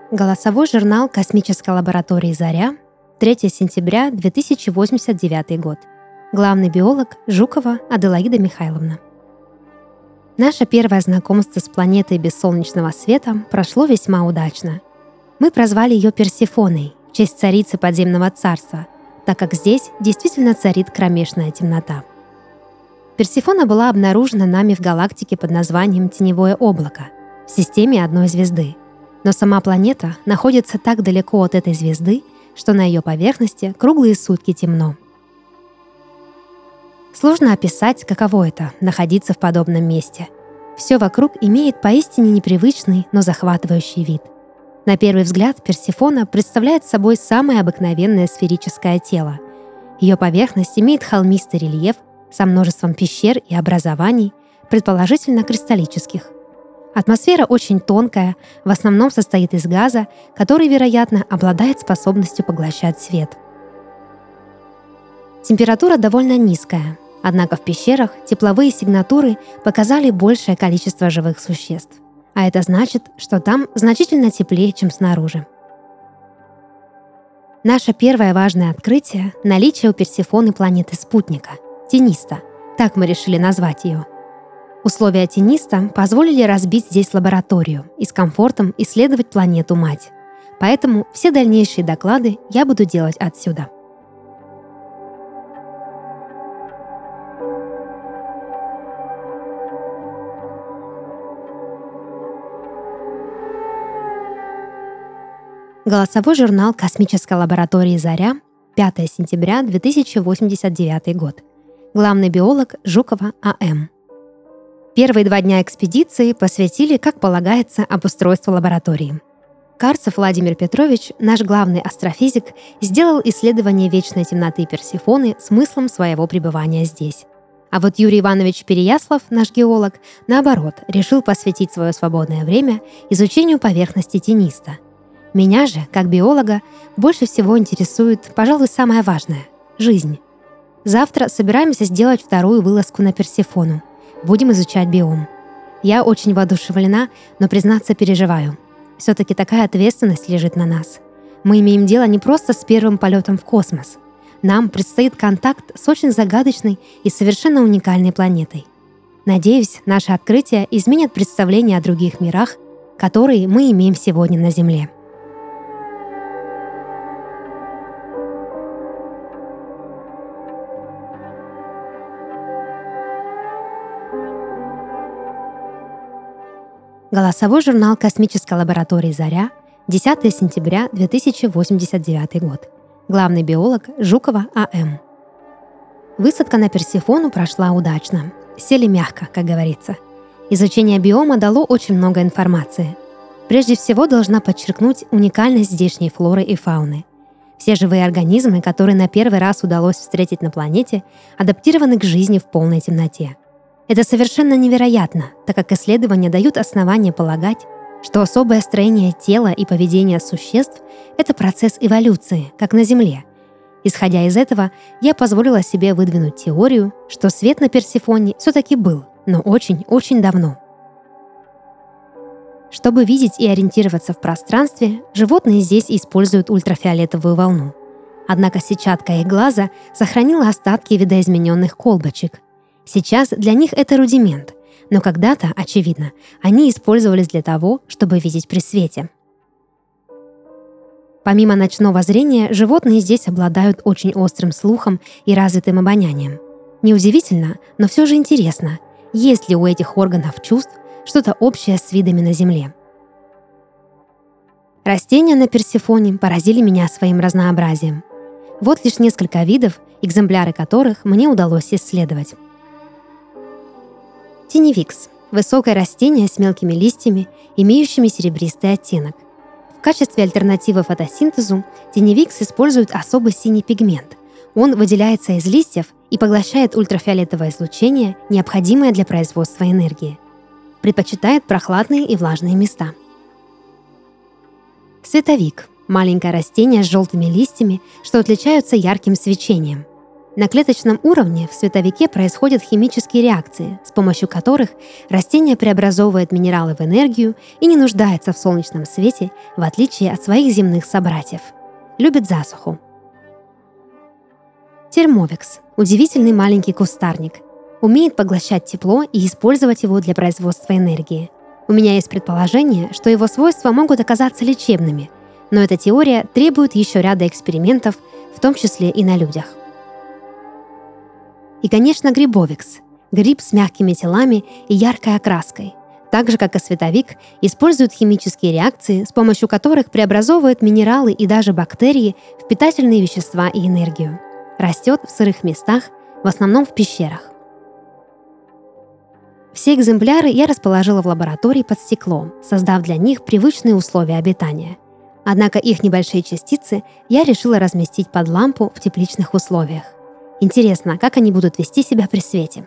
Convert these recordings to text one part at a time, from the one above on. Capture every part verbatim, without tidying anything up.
Голосовой журнал космической лаборатории «Заря», третьего сентября две тысячи восемьдесят девятый год. Главный биолог Жукова Аделаида Михайловна. Наше первое знакомство с планетой без солнечного света прошло весьма удачно. Мы прозвали ее Персефоной в честь царицы подземного царства, так как здесь действительно царит кромешная темнота. Персефона была обнаружена нами в галактике под названием Теневое облако в системе одной звезды. Но сама планета находится так далеко от этой звезды, что на ее поверхности круглые сутки темно. Сложно описать, каково это — находиться в подобном месте. Все вокруг имеет поистине непривычный, но захватывающий вид. На первый взгляд Персефона представляет собой самое обыкновенное сферическое тело. Ее поверхность имеет холмистый рельеф со множеством пещер и образований, предположительно кристаллических. Атмосфера очень тонкая, в основном состоит из газа, который, вероятно, обладает способностью поглощать свет. Температура довольно низкая, однако в пещерах тепловые сигнатуры показали большее количество живых существ. А это значит, что там значительно теплее, чем снаружи. Наше первое важное открытие — наличие у Персефоны планеты-спутника — Тениста, так мы решили назвать ее. Условия Тениста позволили разбить здесь лабораторию и с комфортом исследовать планету-мать. Поэтому все дальнейшие доклады я буду делать отсюда. Голосовой журнал космической лаборатории «Заря», пятого сентября две тысячи восемьдесят девятый год. Главный биолог Жукова А М Первые два дня экспедиции посвятили, как полагается, обустройству лаборатории. Карцев Владимир Петрович, наш главный астрофизик, сделал исследование вечной темноты Персефоны смыслом своего пребывания здесь. А вот Юрий Иванович Переяслав, наш геолог, наоборот, решил посвятить свое свободное время изучению поверхности Тениста. Меня же, как биолога, больше всего интересует, пожалуй, самое важное — жизнь. Завтра собираемся сделать вторую вылазку на Персефону. Будем изучать биом. Я очень воодушевлена, но, признаться, переживаю. Все-таки такая ответственность лежит на нас. Мы имеем дело не просто с первым полетом в космос. Нам предстоит контакт с очень загадочной и совершенно уникальной планетой. Надеюсь, наши открытия изменят представление о других мирах, которые мы имеем сегодня на Земле. Голосовой журнал космической лаборатории «Заря», десятого сентября две тысячи восемьдесят девятый год. Главный биолог Жукова А М Высадка на Персефону прошла удачно. Сели мягко, как говорится. Изучение биома дало очень много информации. Прежде всего, должна подчеркнуть уникальность здешней флоры и фауны. Все живые организмы, которые на первый раз удалось встретить на планете, адаптированы к жизни в полной темноте. Это совершенно невероятно, так как исследования дают основания полагать, что особое строение тела и поведение существ — это процесс эволюции, как на Земле. Исходя из этого, я позволила себе выдвинуть теорию, что свет на Персефоне все-таки был, но очень-очень давно. Чтобы видеть и ориентироваться в пространстве, животные здесь используют ультрафиолетовую волну. Однако сетчатка их глаза сохранила остатки видоизмененных колбочек. Сейчас для них это рудимент, но когда-то, очевидно, они использовались для того, чтобы видеть при свете. Помимо ночного зрения, животные здесь обладают очень острым слухом и развитым обонянием. Неудивительно, но все же интересно, есть ли у этих органов чувств что-то общее с видами на Земле. Растения на Персефоне поразили меня своим разнообразием. Вот лишь несколько видов, экземпляры которых мне удалось исследовать. Теневикс – высокое растение с мелкими листьями, имеющими серебристый оттенок. В качестве альтернативы фотосинтезу теневикс использует особый синий пигмент. Он выделяется из листьев и поглощает ультрафиолетовое излучение, необходимое для производства энергии. Предпочитает прохладные и влажные места. Световик – маленькое растение с желтыми листьями, что отличаются ярким свечением. На клеточном уровне в световике происходят химические реакции, с помощью которых растение преобразовывает минералы в энергию и не нуждается в солнечном свете, в отличие от своих земных собратьев. Любит засуху. Термовикс – удивительный маленький кустарник. Умеет поглощать тепло и использовать его для производства энергии. У меня есть предположение, что его свойства могут оказаться лечебными, но эта теория требует еще ряда экспериментов, в том числе и на людях. И, конечно, грибовикс – гриб с мягкими телами и яркой окраской. Так же, как и световик, используют химические реакции, с помощью которых преобразовывают минералы и даже бактерии в питательные вещества и энергию. Растет в сырых местах, в основном в пещерах. Все экземпляры я расположила в лаборатории под стеклом, создав для них привычные условия обитания. Однако их небольшие частицы я решила разместить под лампу в тепличных условиях. Интересно, как они будут вести себя при свете.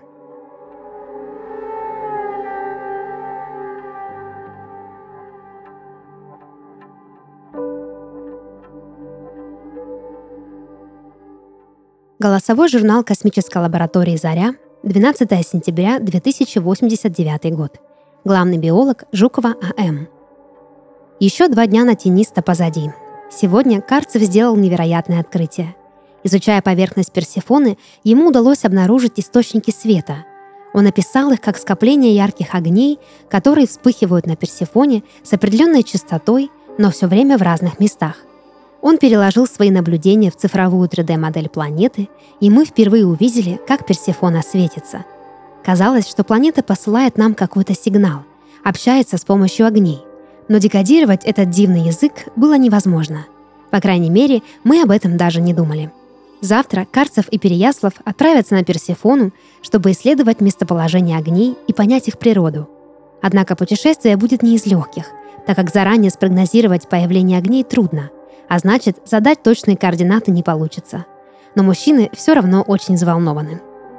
Голосовой журнал космической лаборатории «Заря», двенадцатое сентября две тысячи восемьдесят девятый год. Главный биолог Жукова А М. Еще два дня на Тениста позади. Сегодня Карцев сделал невероятное открытие. Изучая поверхность Персефоны, ему удалось обнаружить источники света. Он описал их как скопление ярких огней, которые вспыхивают на Персефоне с определенной частотой, но все время в разных местах. Он переложил свои наблюдения в цифровую три дэ-модель планеты, и мы впервые увидели, как Персефона светится. Казалось, что планета посылает нам какой-то сигнал, общается с помощью огней. Но декодировать этот дивный язык было невозможно. По крайней мере, мы об этом даже не думали. Завтра Карцев и Переяслав отправятся на Персефону, чтобы исследовать местоположение огней и понять их природу. Однако путешествие будет не из легких, так как заранее спрогнозировать появление огней трудно, а значит, задать точные координаты не получится. Но мужчины все равно очень взволнованы.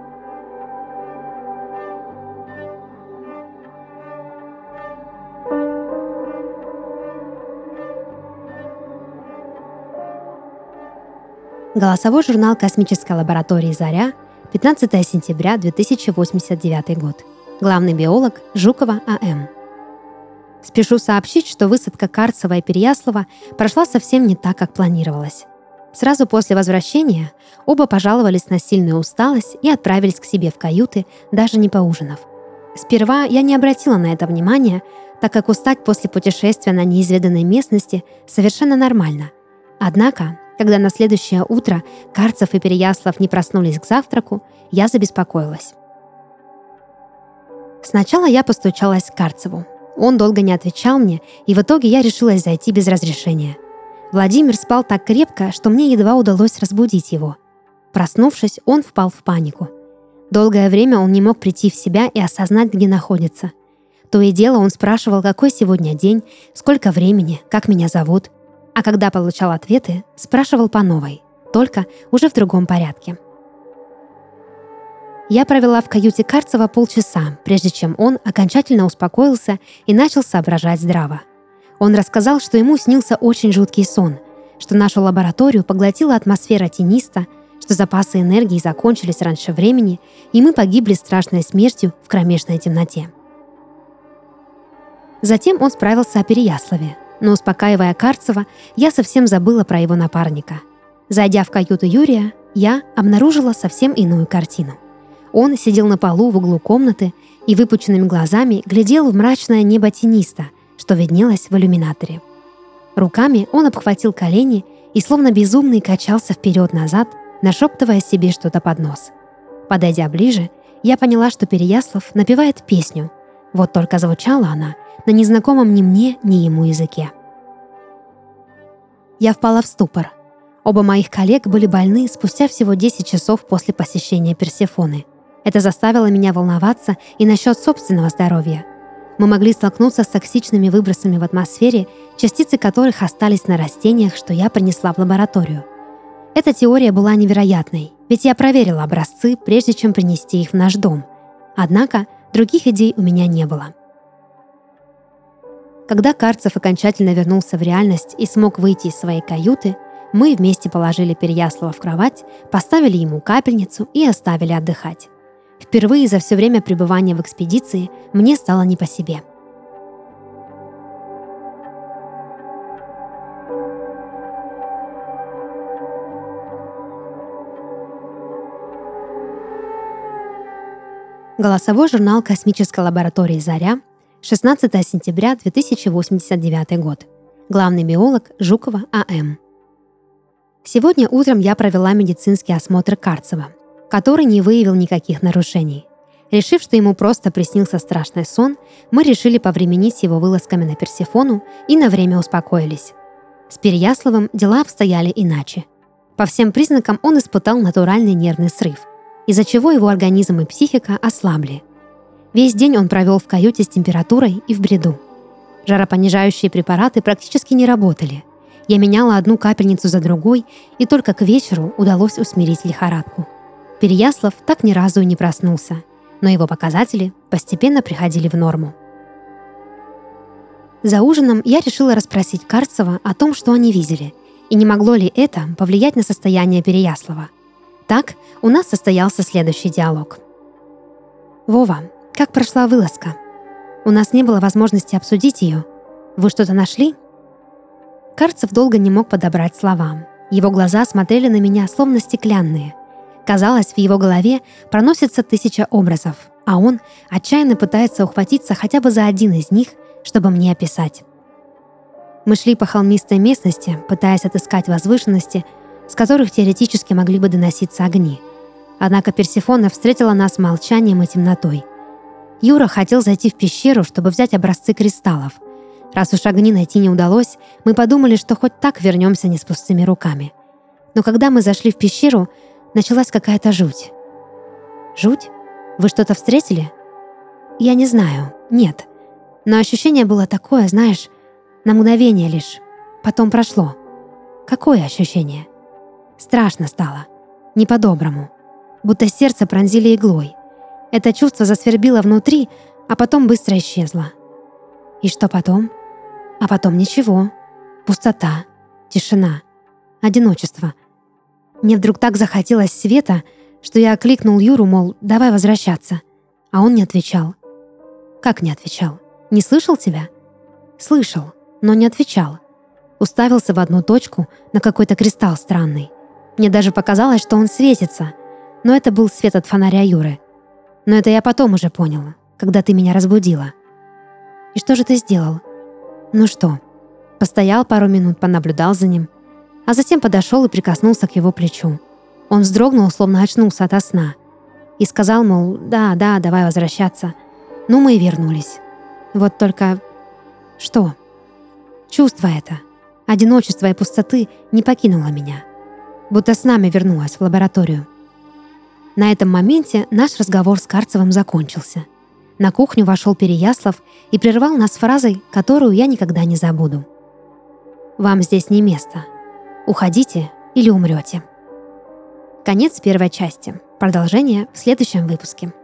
Голосовой журнал космической лаборатории «Заря», пятнадцатое сентября две тысячи восемьдесят девятый год. Главный биолог Жукова А М. Спешу сообщить, что высадка Карцева и Переяслава прошла совсем не так, как планировалось. Сразу после возвращения оба пожаловались на сильную усталость и отправились к себе в каюты, даже не поужинав. Сперва я не обратила на это внимания, так как устать после путешествия на неизведанной местности совершенно нормально. Однако, когда на следующее утро Карцев и Переяслав не проснулись к завтраку, я забеспокоилась. Сначала я постучалась к Карцеву. Он долго не отвечал мне, и в итоге я решилась зайти без разрешения. Владимир спал так крепко, что мне едва удалось разбудить его. Проснувшись, он впал в панику. Долгое время он не мог прийти в себя и осознать, где находится. То и дело он спрашивал, какой сегодня день, сколько времени, как меня зовут. А когда получал ответы, спрашивал по новой, только уже в другом порядке. Я провела в каюте Карцева полчаса, прежде чем он окончательно успокоился и начал соображать здраво. Он рассказал, что ему снился очень жуткий сон, что нашу лабораторию поглотила атмосфера Тениста, что запасы энергии закончились раньше времени, и мы погибли страшной смертью в кромешной темноте. Затем он справился о Переяславе, но, успокаивая Карцева, я совсем забыла про его напарника. Зайдя в каюту Юрия, я обнаружила совсем иную картину. Он сидел на полу в углу комнаты и выпученными глазами глядел в мрачное небо Тениста, что виднелось в иллюминаторе. Руками он обхватил колени и словно безумный качался вперед-назад, нашептывая себе что-то под нос. Подойдя ближе, я поняла, что Переяслав напевает песню, вот только звучала она на незнакомом ни мне, ни ему языке. Я впала в ступор. Оба моих коллег были больны спустя всего десять часов после посещения Персефоны. Это заставило меня волноваться и насчет собственного здоровья. Мы могли столкнуться с токсичными выбросами в атмосфере, частицы которых остались на растениях, что я принесла в лабораторию. Эта теория была невероятной, ведь я проверила образцы, прежде чем принести их в наш дом. Однако других идей у меня не было. Когда Карцев окончательно вернулся в реальность и смог выйти из своей каюты, Мы вместе положили Переяслава в кровать, поставили ему капельницу и оставили отдыхать. Впервые за все время пребывания в экспедиции мне стало не по себе. Голосовой журнал космической лаборатории «Заря», шестнадцатое сентября две тысячи восемьдесят девятый год. Главный биолог Жукова А М. Сегодня утром я провела медицинский осмотр Карцева, который не выявил никаких нарушений. Решив, что ему просто приснился страшный сон, мы решили повременить с его вылазками на Персефону и на время успокоились. С Переяславом дела обстояли иначе. По всем признакам он испытал натуральный нервный срыв, из-за чего его организм и психика ослабли. Весь день он провел в каюте с температурой и в бреду. Жаропонижающие препараты практически не работали. Я меняла одну капельницу за другой, и только к вечеру удалось усмирить лихорадку. Переяслав так ни разу и не проснулся, но его показатели постепенно приходили в норму. За ужином я решила расспросить Карцева о том, что они видели, и не могло ли это повлиять на состояние Переяслава. Так у нас состоялся следующий диалог. «Вова, как прошла вылазка? У нас не было возможности обсудить ее. Вы что-то нашли?» Карцев долго не мог подобрать слова. Его глаза смотрели на меня, словно стеклянные. Казалось, в его голове проносится тысяча образов, а он отчаянно пытается ухватиться хотя бы за один из них, чтобы мне описать. Мы шли по холмистой местности, пытаясь отыскать возвышенности, с которых теоретически могли бы доноситься огни. Однако Персефона встретила нас молчанием и темнотой. Юра хотел зайти в пещеру, чтобы взять образцы кристаллов. Раз уж огни найти не удалось, мы подумали, что хоть так вернемся не с пустыми руками. Но когда мы зашли в пещеру, началась какая-то жуть. «Жуть? Вы что-то встретили?» «Я не знаю. Нет. Но ощущение было такое, знаешь, на мгновение лишь. Потом прошло». «Какое ощущение?» «Страшно стало. Не по-доброму. Будто сердце пронзили иглой. Это чувство засвербило внутри, а потом быстро исчезло». «И что потом?» «А потом ничего. Пустота, тишина, одиночество. Мне вдруг так захотелось света, что я окликнул Юру, мол, давай возвращаться. А он не отвечал». «Как не отвечал? Не слышал тебя?» «Слышал, но не отвечал. Уставился в одну точку на какой-то кристалл странный. Мне даже показалось, что он светится, но это был свет от фонаря Юры. Но это я потом уже поняла, когда ты меня разбудила». «И что же ты сделал?» «Ну что?» Постоял пару минут, понаблюдал за ним, а затем подошел и прикоснулся к его плечу. Он вздрогнул, словно очнулся ото сна, и сказал, мол, да, да, давай возвращаться. Ну, мы и вернулись. Вот только... Что? Чувство это, одиночество и пустоты не покинуло меня. Будто с нами вернулась в лабораторию. На этом моменте наш разговор с Карцевым закончился. На кухню вошел Переяслав и прервал нас фразой, которую я никогда не забуду. «Вам здесь не место. Уходите или умрете». Конец первой части. Продолжение в следующем выпуске.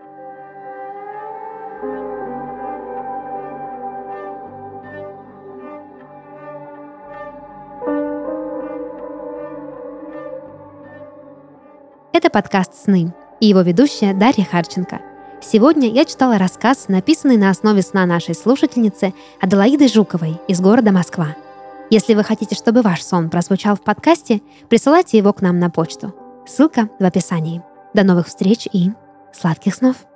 Это подкаст «Сны» и его ведущая Дарья Харченко. Сегодня я читала рассказ, написанный на основе сна нашей слушательницы Аделаиды Жуковой из города Москва. Если вы хотите, чтобы ваш сон прозвучал в подкасте, присылайте его к нам на почту. Ссылка в описании. До новых встреч и сладких снов!